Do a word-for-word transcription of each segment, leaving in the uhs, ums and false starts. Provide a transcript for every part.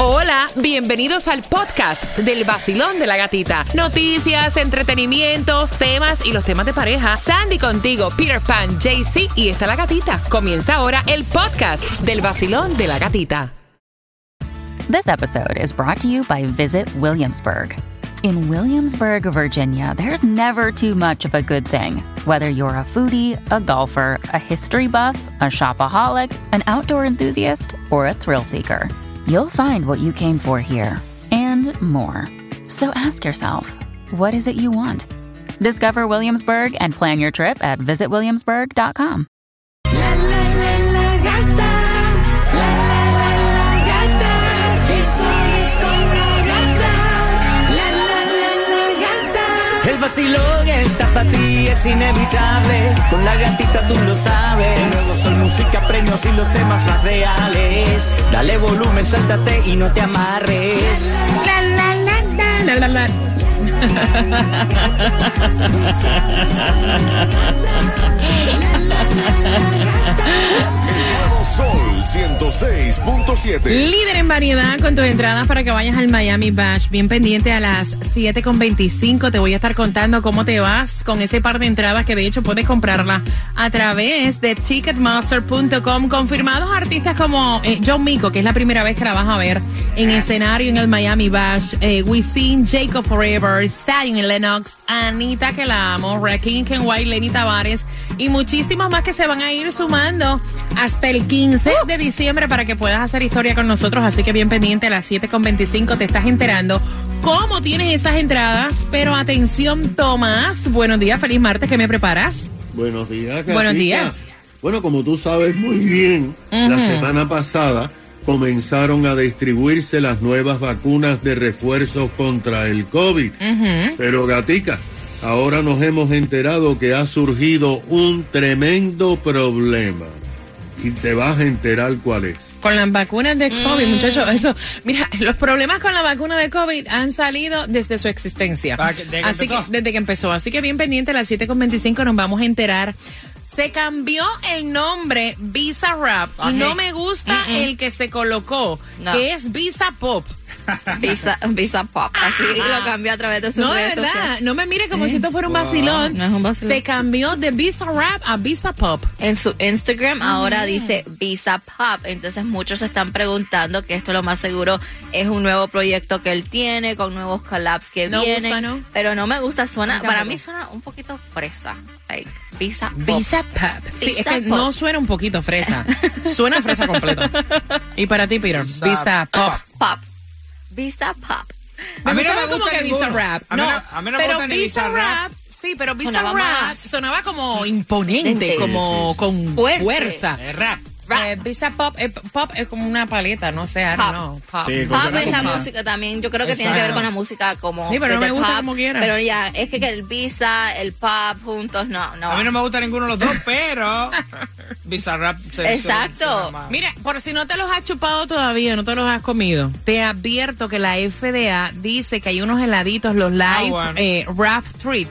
Hola, bienvenidos al podcast del Vacilón de la Gatita. Noticias, entretenimientos, temas y los temas de pareja. Sandy contigo, Peter Pan, J C y está la gatita. Comienza ahora el podcast del Vacilón de la Gatita. This episode is brought to you by Visit Williamsburg. In Williamsburg, Virginia, there's never too much of a good thing. Whether you're a foodie, a golfer, a history buff, a shopaholic, an outdoor enthusiast, or a thrill seeker, you'll find what you came for here and more. So ask yourself, what is it you want? Discover Williamsburg and plan your trip at visit williamsburg dot com. La la la la gata, la la la la gata, eso es con la gata, la la la la gata. El vacilón está para ti, es inevitable, con la gatita tú lo sabes. El nuevo Sol, música, premios y los temas más reales. Dale volumen, suéltate y no te amarres. La la la la la la la. Sol ciento seis punto siete. Líder en variedad con tus entradas para que vayas al Miami Bash. Bien pendiente a las siete con veinticinco. Te voy a estar contando cómo te vas con ese par de entradas que de hecho puedes comprarla a través de ticketmaster punto com. Confirmados artistas como eh, John Mico, que es la primera vez que la vas a ver en escenario en el Miami Bash. Eh, Wisin, Jacob Forever, Zion y Lennox, Anita, que la amo, Rakim, Ken White, Lenny Tavares y muchísimos más que se van a ir sumando hasta el quince de diciembre para que puedas hacer historia con nosotros. Así que bien pendiente a las siete con veinticinco te estás enterando cómo tienes esas entradas. Pero atención, Tomás, buenos días, feliz martes, ¿qué me preparas? Buenos días, Gatita. Buenos días. Bueno, como tú sabes muy bien, uh-huh. la semana pasada comenzaron a distribuirse las nuevas vacunas de refuerzo contra el COVID. Uh-huh. Pero, Gatica, ahora nos hemos enterado que ha surgido un tremendo problema. Y te vas a enterar cuál es. Con las vacunas de COVID, mm. muchachos, eso, mira, los problemas con la vacuna de COVID han salido desde su existencia. Ah, ¿desde que Así empezó? que, desde que empezó. Así que bien pendiente, a las siete con veinticinco nos vamos a enterar. Se cambió el nombre Bizarrap y no me gusta Mm-mm. el que se colocó, no. que es Visa Pop. Visa, Visa Pop, así ah, lo cambió a través de su No, de redes verdad, sociales. no me mire como ¿Eh? si esto fuera un vacilón. No es un vacilón. Se cambió de Bizarrap a Visa Pop. En su Instagram Ah. ahora dice Visa Pop, entonces muchos se están preguntando que esto lo más seguro es un nuevo proyecto que él tiene, con nuevos collabs que no vienen. Gusta, ¿no? Pero no me gusta, suena, no, para tampoco. mí suena un poquito fresa. Like, Visa Pop. Visa Pop. Sí, Visa es que Pop. no suena un poquito fresa. Suena fresa completo. Y para ti, Peter, Visa Pop. Pop. Visa Pop. A mí no me como gusta que ninguno. Visa Rap. A mí No, no- a mí no me pero gusta ni Visa Visa Rap. Sí, pero Visa Sonaba Rap más. sonaba como imponente, Sí, como sí. con Fuerte. fuerza. Es rap. Eh, Visa Pop, eh, pop es como una paleta, no sé, I don't Pop. know. Pop. Sí, Pop Con es la pop. música también, yo creo que tiene Exacto. que ver con la música como Sí, pero no desde me gusta pop, como quiera. Pero ya, es que, que el Visa, el pop juntos, no, no. A mí no me gusta ninguno de los dos, pero Bizarrap se Exacto. suena más. Mira, por si no te los has chupado todavía, no te los has comido, te advierto que la F D A dice que hay unos heladitos, los Life Ah, bueno. eh, Wrap Treats,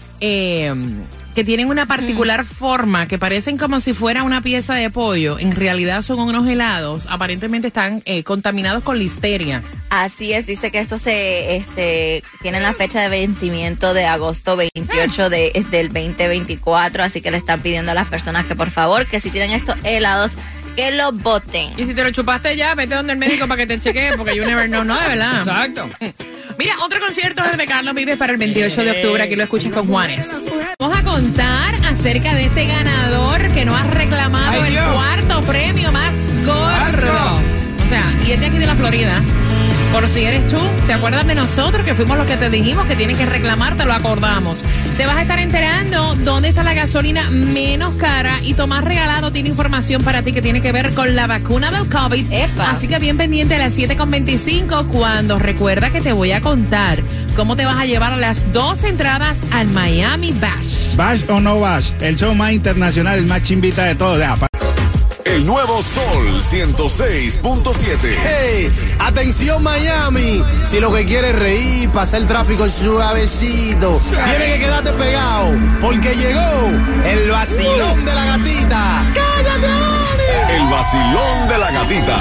eh, que tienen una particular forma, que parecen como si fuera una pieza de pollo. En realidad son unos helados, aparentemente están eh, contaminados con listeria. Así es, dice que estos se este, tienen la fecha de vencimiento de agosto veintiocho de, del veinte veinticuatro, así que le están pidiendo a las personas que por favor, que si tienen estos helados, que lo boten. Y si te lo chupaste ya, vete donde el médico para que te chequee, porque you never know, no, de verdad. Exacto. Mira, otro concierto es el de Carlos Vives para el veintiocho de octubre. Aquí lo escuchas con Juanes. Vamos a contar acerca de este ganador que no ha reclamado Ay, el Dios. cuarto premio más gordo. Cuarto. O sea, y es de aquí de la Florida. Por si eres tú, ¿te acuerdas de nosotros que fuimos los que te dijimos que tienes que reclamar? Te lo acordamos. Te vas a estar enterando dónde está la gasolina menos cara y Tomás Regalado tiene información para ti que tiene que ver con la vacuna del COVID. Epa. Así que bien pendiente a las siete con veinticinco cuando recuerda que te voy a contar cómo te vas a llevar las dos entradas al Miami Bash. Bash o no Bash, el show más internacional, el más chimbita de todos. Ya, pa- El nuevo Sol ciento seis punto siete. ¡Hey! ¡Atención Miami! Si lo que quieres es reír, pasar el tráfico suavecito, tienes que quedarte pegado, porque llegó el vacilón de la gatita. ¡Cállate, Ani! El vacilón de la gatita.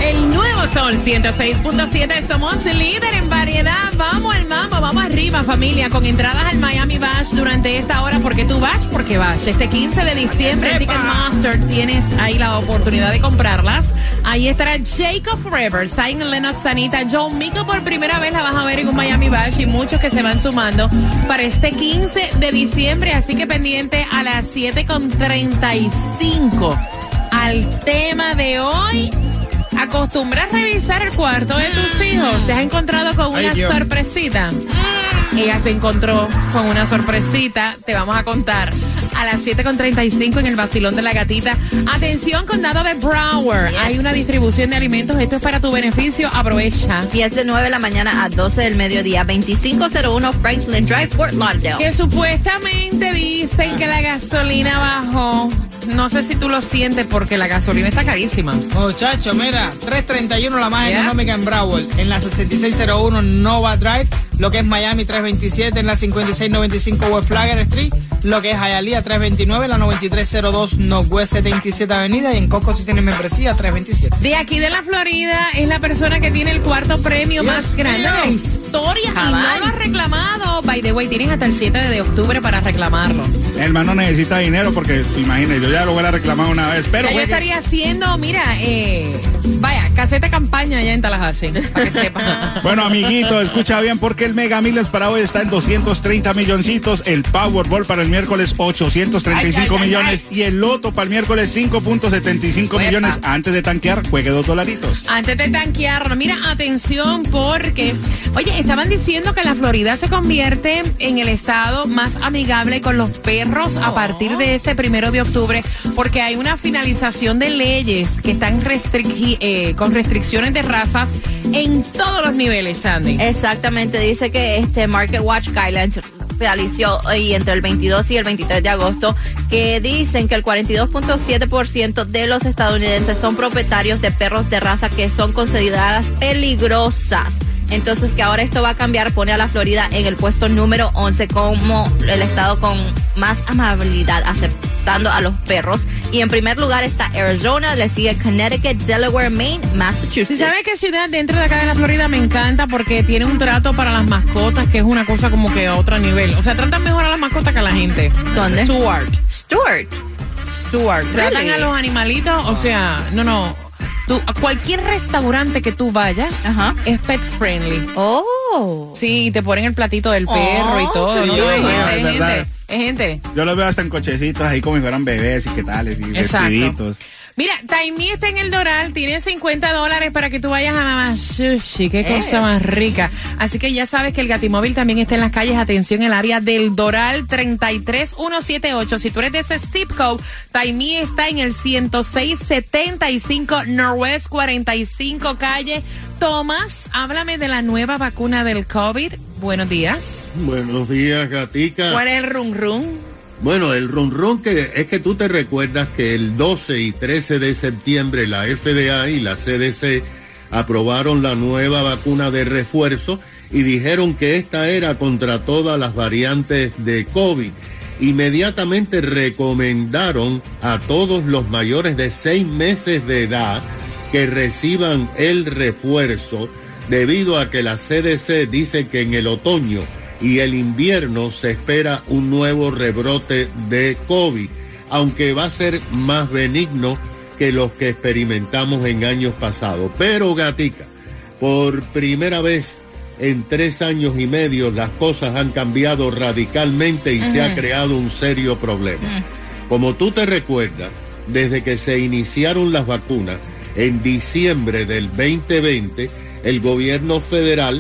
El nuevo Sol ciento seis punto siete, somos líder en variedad. Vamos al mambo, vamos arriba, familia, con entradas al Miami Bash durante esta hora, porque tú vas, porque vas. Este quince de diciembre en Ticketmaster tienes ahí la oportunidad de comprarlas. Ahí estará Jacob Rivers, Zion Lennox, Anita, John Mico, por primera vez la vas a ver en un Miami Bash, y muchos que se van sumando para este quince de diciembre, así que pendiente a las siete con treinta y cinco al tema de hoy. ¿Acostumbras revisar el cuarto de tus hijos? ¿Te has encontrado con una Ay, sorpresita? Ella se encontró con una sorpresita. Te vamos a contar a las siete con treinta y cinco en el vacilón de la gatita. Atención, condado de Broward. Yes. Hay una distribución de alimentos. Esto es para tu beneficio. Aprovecha. Y es de nueve de la mañana a doce del mediodía. veinticinco cero uno Franklin Drive, Fort Lauderdale. Que supuestamente dicen que la gasolina bajó. No sé si tú lo sientes, porque la gasolina está carísima. Muchacho, mira, tres treinta y uno la más Yeah. económica en Broward. En la sesenta y seis cero uno Nova Drive. Lo que es Miami, tres veintisiete en la cincuenta y seis noventa y cinco West Flagler Street. Lo que es Hialeah, tres veintinueve en la noventa y tres cero dos Northwest setenta y siete Avenida. Y en Costco, si tienes membresía, tres veintisiete. De aquí de la Florida es la persona que tiene el cuarto premio Dios más grande mío. de la historia. Cabal. Y no lo ha reclamado. By the way, tienes hasta el siete de octubre para reclamarlo. El man no necesita dinero porque, imagínate, yo ya lo hubiera reclamado una vez, pero... Ya yo juegue- estaría haciendo, mira, eh, vaya, caseta campaña allá en Tallahassee, para que sepa. Bueno, amiguito, escucha bien, porque el Mega Millions para hoy está en doscientos treinta milloncitos, el Powerball para el miércoles ochocientos treinta y cinco Ay, ay, ay, millones y el Loto para el miércoles cinco punto setenta y cinco Uepa. millones. Antes de tanquear, juegue dos dolaritos. Antes de tanquearlo, mira, atención, porque, oye, estaban diciendo que la Florida se convierte en el estado más amigable con los perros a partir de este primero de octubre, porque hay una finalización de leyes que están restric- eh, con restricciones de razas en todos los niveles, Sandy. Exactamente, dice que este Market Watch Guidelines realizó y entre el veintidós y el veintitrés de agosto, que dicen que el cuarenta y dos punto siete por ciento de los estadounidenses son propietarios de perros de raza que son consideradas peligrosas. Entonces, que ahora esto va a cambiar, pone a la Florida en el puesto número once como el estado con más amabilidad aceptando a los perros. Y en primer lugar está Arizona, le sigue Connecticut, Delaware, Maine, Massachusetts. ¿Sí sabes qué ciudad dentro de acá de la Florida me encanta? Porque tiene un trato para las mascotas que es una cosa como que a otro nivel. O sea, tratan mejor a las mascotas que a la gente. ¿Dónde? Stuart. Stuart. Stuart. Tratan Really? a los animalitos, o sea, no, no. Tú, a cualquier restaurante que tú vayas, Ajá. es pet friendly. Oh. Sí, te ponen el platito del perro y Oh, todo. sí, ¿no? yo Es lo veo, gente, es es verdad. gente, es gente. Yo los veo hasta en cochecitos ahí como si fueran bebés y qué tales, y Exacto. vestiditos. Mira, Taimí está en el Doral, tiene cincuenta dólares para que tú vayas a Mamá Sushi, qué Eh. cosa más rica. Así que ya sabes que el Gatimóvil también está en las calles, atención, el área del Doral treinta y tres mil ciento setenta y ocho. Si tú eres de ese zip code, Taimí está en el ciento seis setenta y cinco Northwest cuarenta y cinco calle. Tomás, háblame de la nueva vacuna del COVID. Buenos días. Buenos días, gatica. ¿Cuál es el rum rum? Bueno, el ron ron que es que tú te recuerdas que el doce y trece de septiembre la F D A y la C D C aprobaron la nueva vacuna de refuerzo y dijeron que esta era contra todas las variantes de COVID. Inmediatamente recomendaron a todos los mayores de seis meses de edad que reciban el refuerzo, debido a que la C D C dice que en el otoño y el invierno se espera un nuevo rebrote de COVID, aunque va a ser más benigno que los que experimentamos en años pasados. Pero, gatica, por primera vez en tres años y medio las cosas han cambiado radicalmente y uh-huh. se ha creado un serio problema. Uh-huh. Como tú te recuerdas, desde que se iniciaron las vacunas en diciembre del veinte veinte, el gobierno federal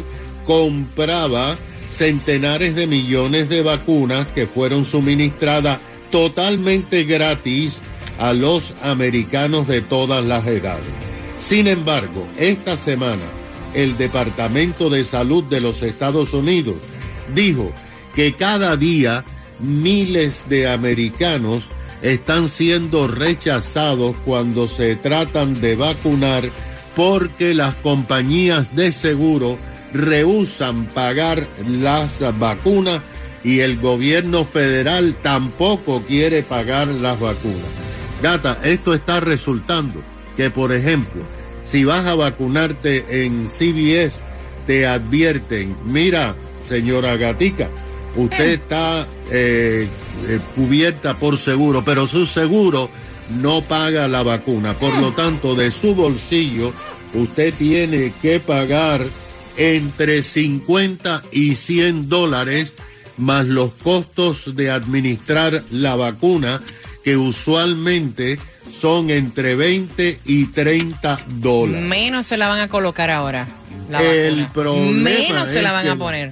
compraba centenares de millones de vacunas que fueron suministradas totalmente gratis a los americanos de todas las edades. Sin embargo, esta semana, el Departamento de Salud de los Estados Unidos dijo que cada día miles de americanos están siendo rechazados cuando se tratan de vacunar porque las compañías de seguro rehúsan pagar las vacunas y el gobierno federal tampoco quiere pagar las vacunas. Gata, esto está resultando que, por ejemplo, Si vas a vacunarte en C V S, te advierten, mira, señora Gatica, usted está eh, eh, cubierta por seguro, pero su seguro no paga la vacuna. Por lo tanto, de su bolsillo, usted tiene que pagar entre cincuenta y cien dólares más los costos de administrar la vacuna, que usualmente son entre veinte y treinta dólares. Menos se la van a colocar ahora. La el vacuna. problema Menos se la van es a que- poner.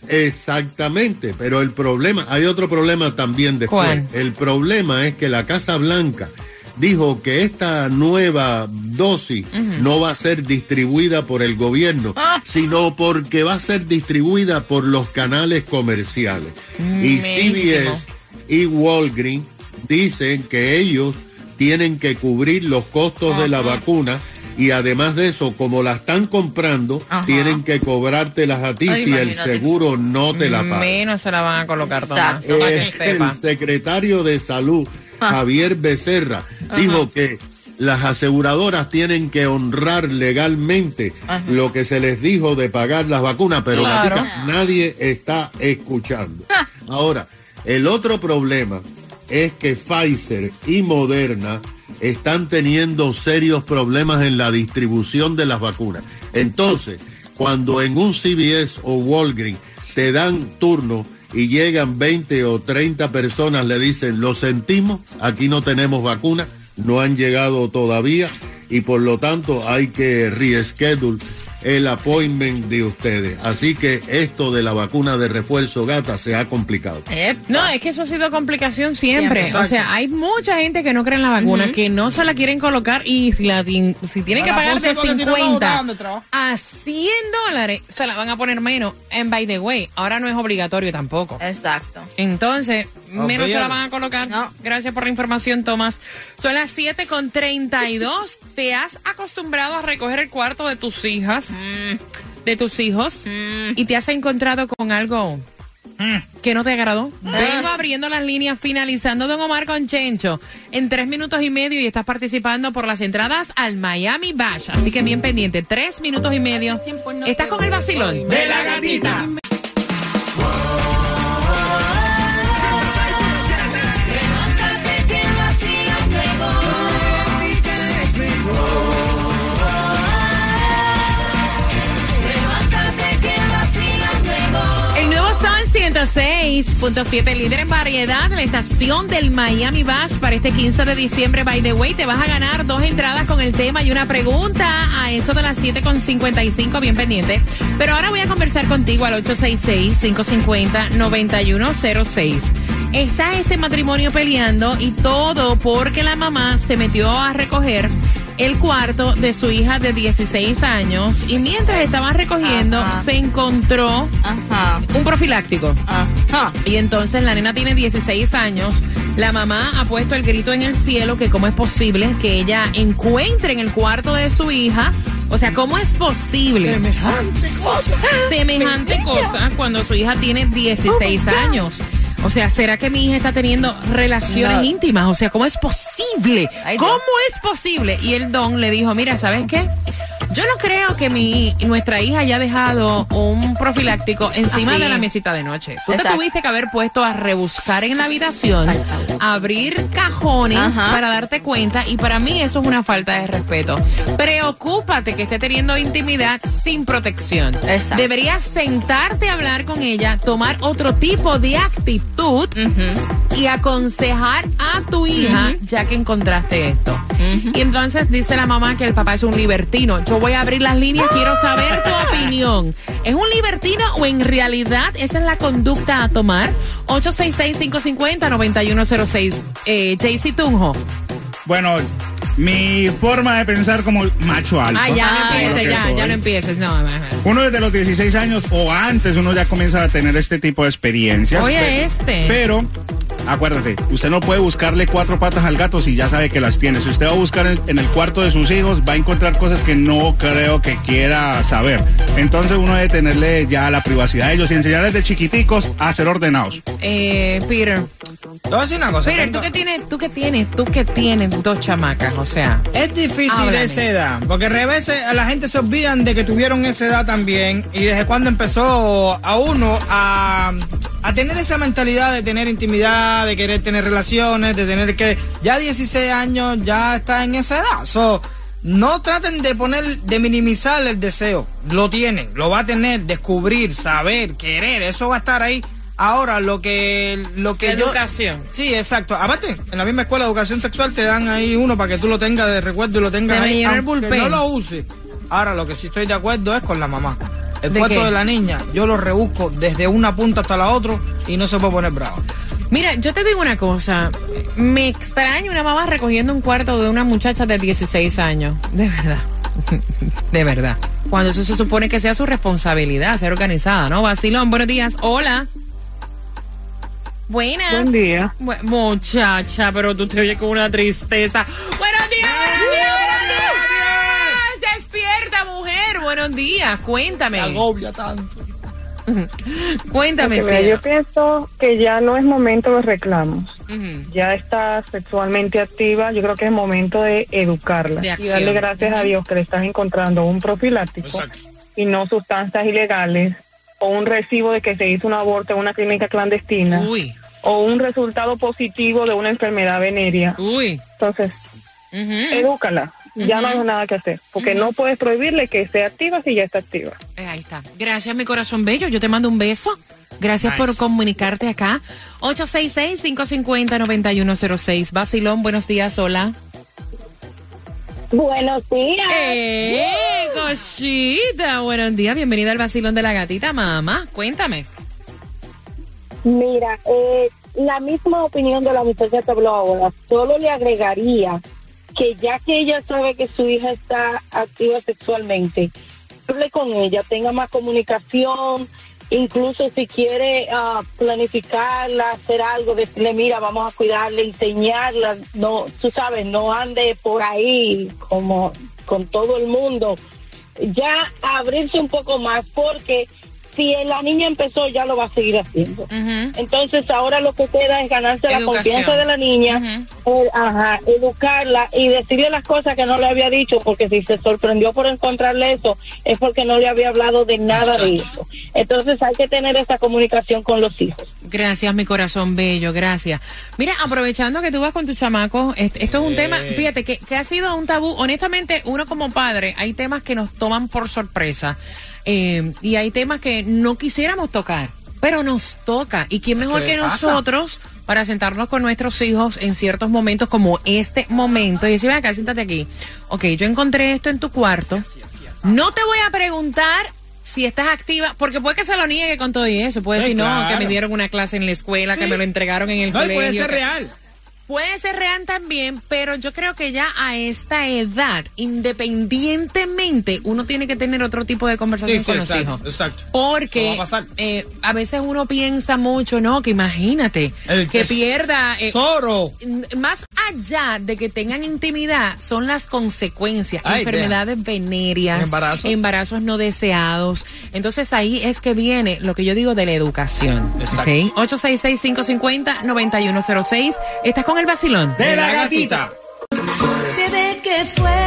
Exactamente, pero el problema, hay otro problema también después. ¿Cuál? El problema es que la Casa Blanca dijo que esta nueva dosis Ujú. no va a ser distribuida por el gobierno, Ah. sino porque va a ser distribuida por los canales comerciales. Y C V S Buenísimo. y Walgreens dicen que ellos tienen que cubrir los costos de la Ajá. vacuna, y además de eso, como la están comprando, Ajá. tienen que cobrártelas a ti Ay, si el imagínate. seguro no te la paga. Menos se la van a colocar, Tomás. Eh, Para que sepa. el secretario de Salud, Ah. Javier Becerra, dijo que las aseguradoras tienen que honrar legalmente Ajá. lo que se les dijo de pagar las vacunas, pero Claro. Gatica, nadie está escuchando. Ahora, el otro problema es que Pfizer y Moderna están teniendo serios problemas en la distribución de las vacunas. Entonces, cuando en un C V S o Walgreens te dan turno y llegan veinte o treinta personas, le dicen, lo sentimos, aquí no tenemos vacuna, no han llegado todavía, y por lo tanto hay que reschedule el appointment de ustedes. Así que esto de la vacuna de refuerzo, Gata, se ha complicado. No, es que eso ha sido complicación siempre. Siempre, O sea, hay mucha gente que no cree en la vacuna, Ujú. que no se la quieren colocar, y si la tin- si tienen que La pagar de puse porque si no, no cincuenta botaban de trabajo. a cien dólares, se la van a poner menos. And by the way, ahora no es obligatorio tampoco. Exacto. Entonces, menos se la Olvídalo. van a colocar. Gracias por la información, Tomás. Son las siete con treinta y dos. ¿Te has acostumbrado a recoger el cuarto de tus hijas, de tus hijos, y te has encontrado con algo que no te agradó? Vengo abriendo las líneas, finalizando Don Omar con Chencho en tres minutos y medio, y estás participando por las entradas al Miami Bash. Así que bien pendiente, tres minutos y medio. Estás con el vacilón de la gatita. El nuevo Sol ciento seis punto siete, líder en variedad, la estación del Miami Bash para este quince de diciembre. By the way, te vas a ganar dos entradas con el tema y una pregunta a eso de las siete con cincuenta y cinco, bien pendiente. Pero ahora voy a conversar contigo al ocho seis seis, cinco cinco cero, nueve uno cero seis. Está este matrimonio peleando, y todo porque la mamá se metió a recoger el cuarto de su hija de dieciséis años, y mientras estaban recogiendo, Ajá. se encontró Ajá. un profiláctico. Ajá. Y entonces la nena tiene dieciséis años. La mamá ha puesto el grito en el cielo, que cómo es posible que ella encuentre en el cuarto de su hija. O sea, ¿cómo es posible Semejante cosa. semejante cosa cuando su hija tiene dieciséis años? O sea, ¿será que mi hija está teniendo relaciones No. íntimas? O sea, ¿cómo es posible? Ay, Dios. ¿Cómo es posible? Y el don le dijo, mira, ¿sabes qué? Yo no creo que mi nuestra hija haya dejado un profiláctico encima Así. de la mesita de noche. Tú te Exacto. tuviste que haber puesto a rebuscar en la habitación, abrir cajones Ajá. para darte cuenta, y para mí eso es una falta de respeto. Preocúpate que esté teniendo intimidad sin protección. Exacto. Deberías sentarte a hablar con ella, tomar otro tipo de actitud y aconsejar a tu hija, ya que encontraste esto. Y entonces dice la mamá que el papá es un libertino. Yo voy a abrir las líneas, quiero saber tu opinión. ¿Es un libertino o en realidad esa es la conducta a tomar? ocho seis seis, cinco cinco cero, nueve uno cero seis. Eh, Jaycee Tunjo. Bueno, mi forma de pensar como macho alfa. Ah, ya no como lo empieces, que ya, soy. ya no empieces. No, no, no. Uno desde los dieciséis años o antes uno ya comienza a tener este tipo de experiencias. Oye, Pe- este. Pero, acuérdate, usted no puede buscarle cuatro patas al gato si ya sabe que las tiene. Si usted va a buscar en, en el cuarto de sus hijos, va a encontrar cosas que no creo que quiera saber. Entonces uno debe tenerle ya la privacidad a ellos y enseñarles de chiquiticos a ser ordenados. Eh, Peter. Te voy a decir una cosa. Pero tengo- tú que tienes, tú que tienes, tú que tienes dos chamacas, o sea. Es difícil Háblame. esa edad, porque a veces a la gente se olvidan de que tuvieron esa edad también y desde cuando empezó a uno a, a tener esa mentalidad de tener intimidad, de querer tener relaciones, de tener que... Ya dieciséis años ya está en esa edad. So, no traten de poner, de minimizar el deseo. Lo tienen, lo va a tener, descubrir, saber, querer, eso va a estar ahí. Ahora, lo que, lo que yo... Educación. Sí, exacto. Aparte, en la misma escuela de educación sexual te dan ahí uno para que tú lo tengas de recuerdo y lo tengas Te ahí, llena el aunque bullpen. no lo uses. Ahora, lo que sí estoy de acuerdo es con la mamá. El ¿De cuarto qué? de la niña, yo lo rebusco desde una punta hasta la otra y no se puede poner bravo. Mira, yo te digo una cosa. Me extraña una mamá recogiendo un cuarto de una muchacha de dieciséis años. De verdad. De verdad. Cuando eso se supone que sea su responsabilidad, ser organizada, ¿no? Vacilón, buenos días. Hola. Buenas. Buen día. Bu- muchacha, pero tú te oyes con una tristeza. Buenos días, buenos días, buenos días. Despierta, mujer. Buenos días. Cuéntame. Agobia tanto. Cuéntame, Porque, mira, cielo. yo pienso que ya no es momento de reclamos. Ujú. Ya está sexualmente activa. Yo creo que es momento de educarla De y acción. darle gracias a Ujú. Dios que le estás encontrando un profiláctico Exacto. y no sustancias ilegales o un recibo de que se hizo un aborto en una clínica clandestina Uy, o un resultado positivo de una enfermedad venérea. uy. Entonces, Ujú. edúcala. Ya no hay nada que hacer, porque no puedes prohibirle que sea activa si ya está activa. Eh, Ahí está. Gracias, mi corazón bello. Yo te mando un beso. Gracias Nice. por comunicarte acá. ocho seis seis, cinco cinco cero, nueve uno cero seis. Basilón, buenos días. Hola. Buenos días. ¡Eh, cosita! Buenos días. Bienvenida al Basilón de la Gatita, mamá. Cuéntame. Mira, eh, la misma opinión de la muchacha que habló ahora. Solo le agregaría que ya que ella sabe que su hija está activa sexualmente, hable con ella, tenga más comunicación, incluso si quiere uh, planificarla, hacer algo, decirle, mira, vamos a cuidarla, enseñarla, no, tú sabes, no ande por ahí como con todo el mundo, ya abrirse un poco más, porque si la niña empezó, ya lo va a seguir haciendo. Ujú. Entonces ahora lo que queda es ganarse la Educación. confianza de la niña, eh, ajá, educarla y decirle las cosas que no le había dicho, porque si se sorprendió por encontrarle eso, es porque no le había hablado de nada de eso. Entonces hay que tener esa comunicación con los hijos. Gracias, mi corazón bello, gracias. Mira, aprovechando que tú vas con tu chamaco, este- esto es un tema, fíjate, que, que ha sido un tabú. Honestamente, uno como padre, hay temas que nos toman por sorpresa eh, y hay temas que no quisiéramos tocar, pero nos toca. ¿Y quién mejor ¿Qué que pasa? nosotros para sentarnos con nuestros hijos en ciertos momentos como este momento y decir, ven acá, siéntate aquí. Ok, yo encontré esto en tu cuarto. No te voy a preguntar si estás activa, porque puede que se lo niegue con todo y eso. Puede Sí, decir, no, claro. que me dieron una clase en la escuela, que Sí. me lo entregaron en el No, y colegio. puede ser que- real. Puede ser real también, pero yo creo que ya a esta edad, independientemente, uno tiene que tener otro tipo de conversación Sí, sí, con los exacto, hijos. exacto. Porque Eso va a pasar. eh, a veces uno piensa mucho, ¿no? Que imagínate, El que tes- pierda... eh, Zorro. n- más allá de que tengan intimidad, son las consecuencias, Ay, enfermedades venéreas, Embarazo. embarazos no deseados. Entonces ahí es que viene lo que yo digo de la educación. Exacto. ¿Ok? ocho seis seis, cinco cinco cero, nueve uno cero seis. Estás con el vacilón. De la gatita. Bebé, ¿qué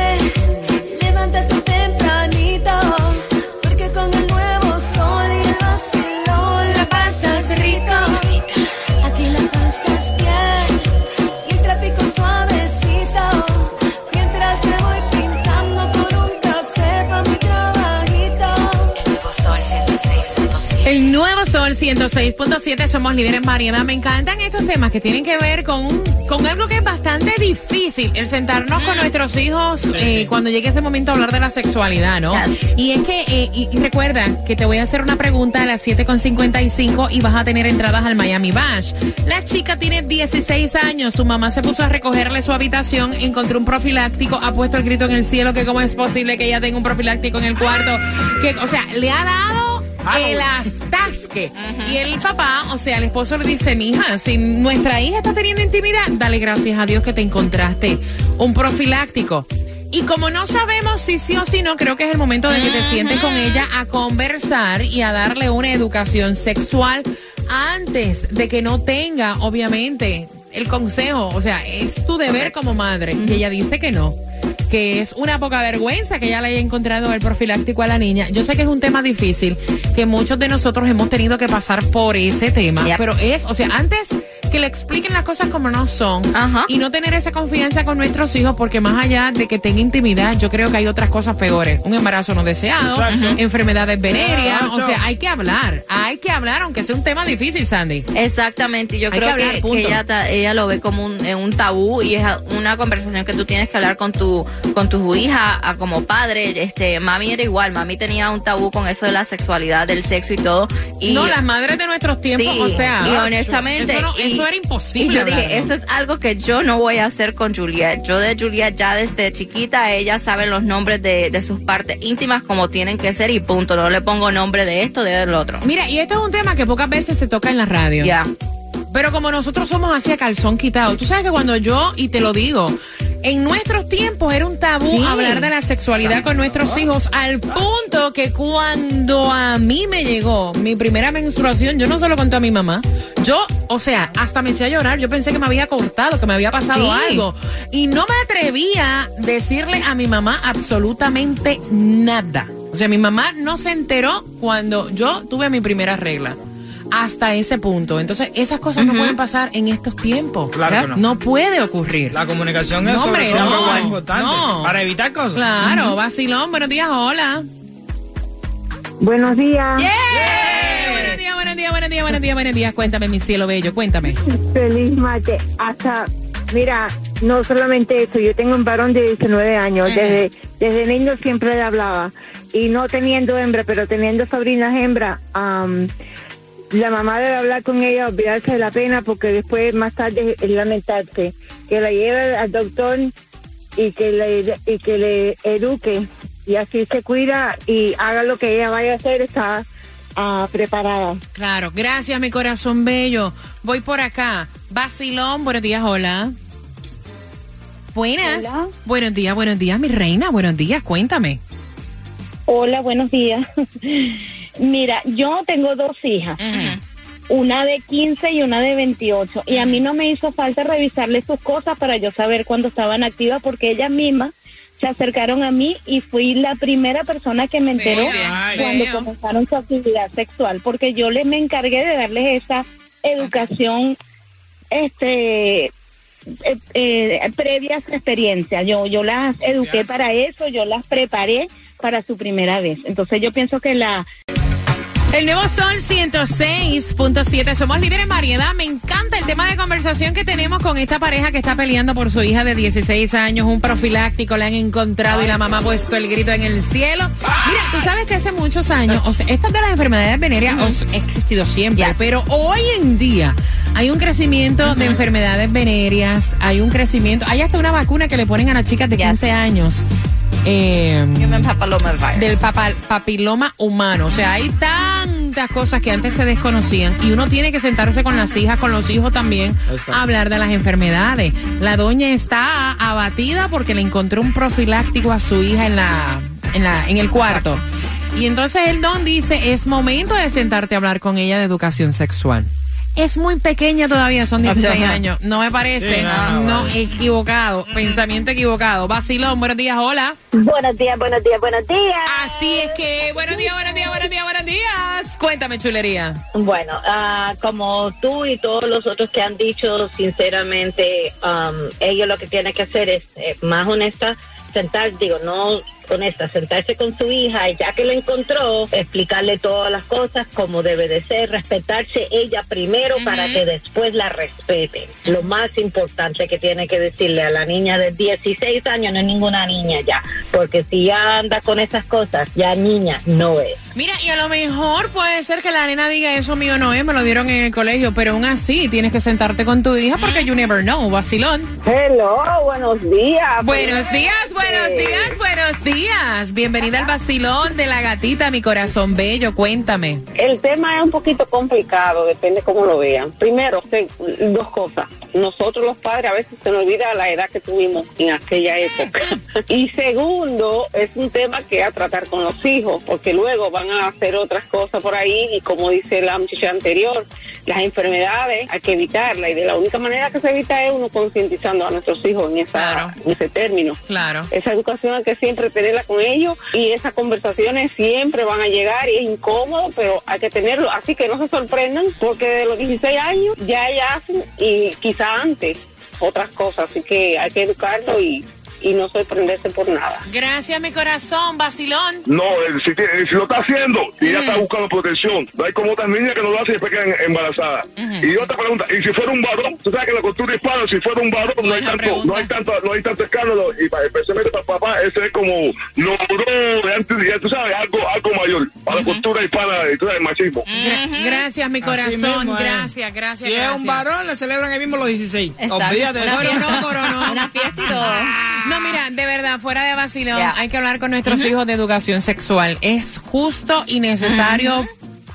fue? Levántate tempranito, porque con el nuevo sol y el vacilón la pasas rico. Aquí la pasas bien y el tráfico suavecito, mientras te voy pintando con un café pa' mi trabajito. El nuevo sol ciento seis punto siete. El nuevo Sol ciento seis punto siete, somos líderes en variedad. Me encantan estos temas que tienen que ver con, un, con algo que es bastante difícil, el sentarnos con nuestros hijos eh, cuando llegue ese momento a hablar de la sexualidad, ¿no? Yes. Y es que, eh, y, y recuerda que te voy a hacer una pregunta a las siete con cincuenta y cinco y vas a tener entradas al Miami Bash. La chica tiene dieciséis años, su mamá se puso a recogerle su habitación, encontró un profiláctico, ha puesto el grito en el cielo que cómo es posible que ella tenga un profiláctico en el cuarto, que, o sea, le ha dado el astasque. Y el papá, o sea, el esposo le dice, mija, si nuestra hija está teniendo intimidad, dale gracias a Dios que te encontraste un profiláctico. Y como no sabemos si sí o si no, creo que es el momento de que te sientes con ella a conversar y a darle una educación sexual antes de que no tenga, obviamente, el consejo, o sea, es tu deber como madre. Y ella dice que no, que es una poca vergüenza que ella le haya encontrado el profiláctico a la niña. Yo sé que es un tema difícil, que muchos de nosotros hemos tenido que pasar por ese tema, yep. pero es, o sea, antes que le expliquen las cosas como no son, ajá, y no tener esa confianza con nuestros hijos, porque más allá de que tenga intimidad, yo creo que hay otras cosas peores. Un embarazo no deseado, exacto, enfermedades venéreas, o sea, hay que hablar, hay que hablar, aunque sea un tema difícil, Sandy. Exactamente, yo hay creo que, hablar, que, que ella, ella lo ve como un, un tabú, y es una conversación que tú tienes que hablar con tu con tu hija a, como padre. Este, mami era igual, mami tenía un tabú con eso de la sexualidad, del sexo y todo. Y, no, las madres de nuestros tiempos, sí, o sea, y honestamente, eso, no, y, eso era imposible. Y yo dije, eso es algo que yo no voy a hacer con Juliet. Yo de Juliet ya desde chiquita, ella sabe los nombres de, de sus partes íntimas como tienen que ser y punto. No le pongo nombre de esto, de lo otro. Mira, y esto es un tema que pocas veces se toca en la radio. Ya. Pero como nosotros somos así a calzón quitado, tú sabes que cuando yo, y te lo digo, en nuestros tiempos era un tabú, sí, hablar de la sexualidad con nuestros hijos, al punto que cuando a mí me llegó mi primera menstruación, yo no se lo conté a mi mamá. Yo, o sea, hasta me eché a llorar. Yo pensé que me había cortado, que me había pasado, sí, algo. Y no me atrevía a decirle a mi mamá absolutamente nada. O sea, mi mamá no se enteró cuando yo tuve mi primera regla. Hasta ese punto. Entonces, esas cosas uh-huh. no pueden pasar en estos tiempos. Claro que no. No puede ocurrir. La comunicación es no, hombre, sobre todo no, lo más importante. No. Para evitar cosas. Claro, uh-huh. vacilón. Buenos días, hola. Buenos días. Yeah. Yeah. Buenos días, buenos días, buenos días, buenos días, buenos días. Cuéntame, mi cielo bello, cuéntame. Feliz martes. Hasta, mira, no solamente eso, yo tengo un varón de diecinueve años. Uh-huh. Desde, desde niño siempre le hablaba. Y no teniendo hembra, pero teniendo sobrinas hembras, um, la mamá debe hablar con ella, olvidarse de la pena, porque después más tarde es lamentarse. Que la lleve al doctor y que le y que le eduque, y así se cuida y haga lo que ella vaya a hacer, está uh, preparada. Claro, gracias, mi corazón bello. Voy por acá. Vacilón, buenos días, hola. Buenas. Hola. Buenos días, buenos días, mi reina, buenos días, cuéntame. Hola, buenos días. Mira, yo tengo dos hijas, uh-huh. una de quince y una de veintiocho, uh-huh. y a mí no me hizo falta revisarle sus cosas para yo saber cuándo estaban activas, porque ellas mismas se acercaron a mí y fui la primera persona que me enteró Ay, cuando Dios. comenzaron su actividad sexual, porque yo les me encargué de darles esa educación este eh, eh, previa a su experiencia. Yo, yo las eduqué Gracias. para eso, yo las preparé para su primera vez. Entonces yo pienso que la... El nuevo Sol ciento seis punto siete. Somos líderes en variedad. Me encanta el tema de conversación que tenemos con esta pareja que está peleando por su hija de dieciséis años. Un profiláctico le han encontrado y la mamá ha puesto el grito en el cielo. Mira, tú sabes que hace muchos años, o sea, estas de las enfermedades venéreas uh-huh. han existido siempre, yes. pero hoy en día hay un crecimiento uh-huh. de enfermedades venéreas, hay un crecimiento, hay hasta una vacuna que le ponen a las chicas de quince yes. años. Eh, Human papilloma virus. Del papa, papiloma humano. O sea, hay tantas cosas que antes se desconocían y uno tiene que sentarse con las hijas, con los hijos también, Exacto. a hablar de las enfermedades. La doña está abatida porque le encontró un profiláctico a su hija en la, en la, en el cuarto. Y entonces el don dice, es momento de sentarte a hablar con ella de educación sexual. Es muy pequeña todavía, son dieciséis años. No me parece. Sí, no, no, no bueno. equivocado. Pensamiento equivocado. Vacilón, buenos días, hola. Buenos días, buenos días, buenos días. Así es que, buenos días, buenos días, buenos días, buenos días. Cuéntame, chulería. Bueno, uh, como tú y todos los otros que han dicho, sinceramente, um, ellos lo que tienen que hacer es eh, más honesta, sentar, digo, no... honesta, sentarse con su hija y ya que la encontró, explicarle todas las cosas como debe de ser, respetarse ella primero uh-huh. para que después la respeten. Lo más importante que tiene que decirle a la niña de dieciséis años, no es ninguna niña ya, porque si ya anda con esas cosas, ya niña no es. Mira, y a lo mejor puede ser que la nena diga, eso mío no es, me lo dieron en el colegio, pero aún así tienes que sentarte con tu hija porque you never know, vacilón. Hello, buenos días. Buenos días, buenos días, buenos días. días. Bienvenida al vacilón de la gatita, mi corazón bello. Cuéntame. El tema es un poquito complicado, depende cómo lo vean. Primero, se- dos cosas. Nosotros los padres a veces se nos olvida la edad que tuvimos en aquella época. Y segundo, es un tema que a tratar con los hijos, porque luego van a hacer otras cosas por ahí y como dice la muchacha anterior, las enfermedades hay que evitarlas y de la única manera que se evita es uno concientizando a nuestros hijos en, esa, Claro. en ese término. Claro. Esa educación hay que siempre tenerla con ellos y esas conversaciones siempre van a llegar y es incómodo, pero hay que tenerlo. Así que no se sorprendan porque de los dieciséis años ya ellas hacen y quizá antes otras cosas. Así que hay que educarlo y, y no sorprenderse por nada. Gracias, mi corazón, vacilón. No, eh, si, tiene- si lo está haciendo y ya está buscando protección, no hay como otras niñas que no lo hacen y después quedan embarazadas. Y otra pregunta, y si fuera un varón, tú sabes que la cultura hispana, si fuera un varón, no hay tanto, no hay tanto, no hay tanto escándalo, y para, especialmente para el papá, ese es como logró, antes, ya tú sabes, algo, algo mayor, para la cultura hispana, y tú sabes, el machismo. Gra- gracias, mi Así corazón. mismo, eh. Gracias, gracias. Si es gracias. un varón, le celebran el mismo los dieciséis. Exacto. Olvídate de Una eso. fiesta. Coronó. Una fiesta y todo. No, mira, de verdad, fuera de vacilón, Ya. hay que hablar con nuestros hijos de educación sexual. Es justo y necesario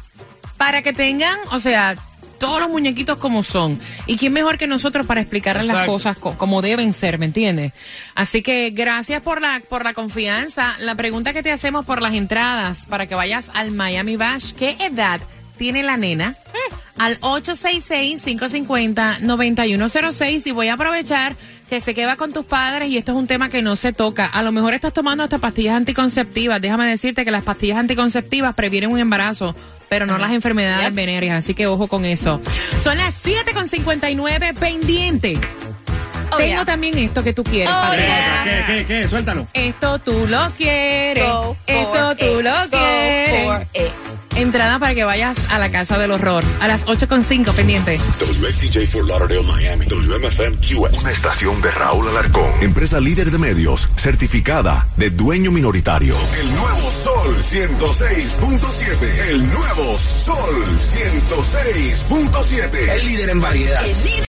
para que tengan, o sea, todos los muñequitos como son. Y quién mejor que nosotros para explicarles las Exacto. cosas co- como deben ser, ¿me entiendes? Así que gracias por la por la confianza. La pregunta que te hacemos por las entradas para que vayas al Miami Bash, ¿qué edad tiene la nena? Al ocho seis seis, cinco cinco cero, nueve uno cero seis y voy a aprovechar que se queda con tus padres y esto es un tema que no se toca. A lo mejor estás tomando hasta pastillas anticonceptivas. Déjame decirte que las pastillas anticonceptivas previenen un embarazo, pero no las enfermedades Yep. venéreas, así que ojo con eso. Son las siete con cincuenta y nueve, pendiente. Oh, Tengo yeah. también esto que tú quieres, Oh, padre. yeah. ¿Qué, qué, qué? Suéltalo. Esto tú lo quieres. Go Esto for tú it. lo Go quieres. for it. Entrada para que vayas a la casa del horror. A las ocho con cinco, pendiente. W X T J Fort Lauderdale, Miami. W M F M Q S. Una estación de Raúl Alarcón. Empresa líder de medios, certificada de dueño minoritario. El nuevo Sol ciento seis punto siete. El nuevo Sol ciento seis punto siete. El líder en variedad.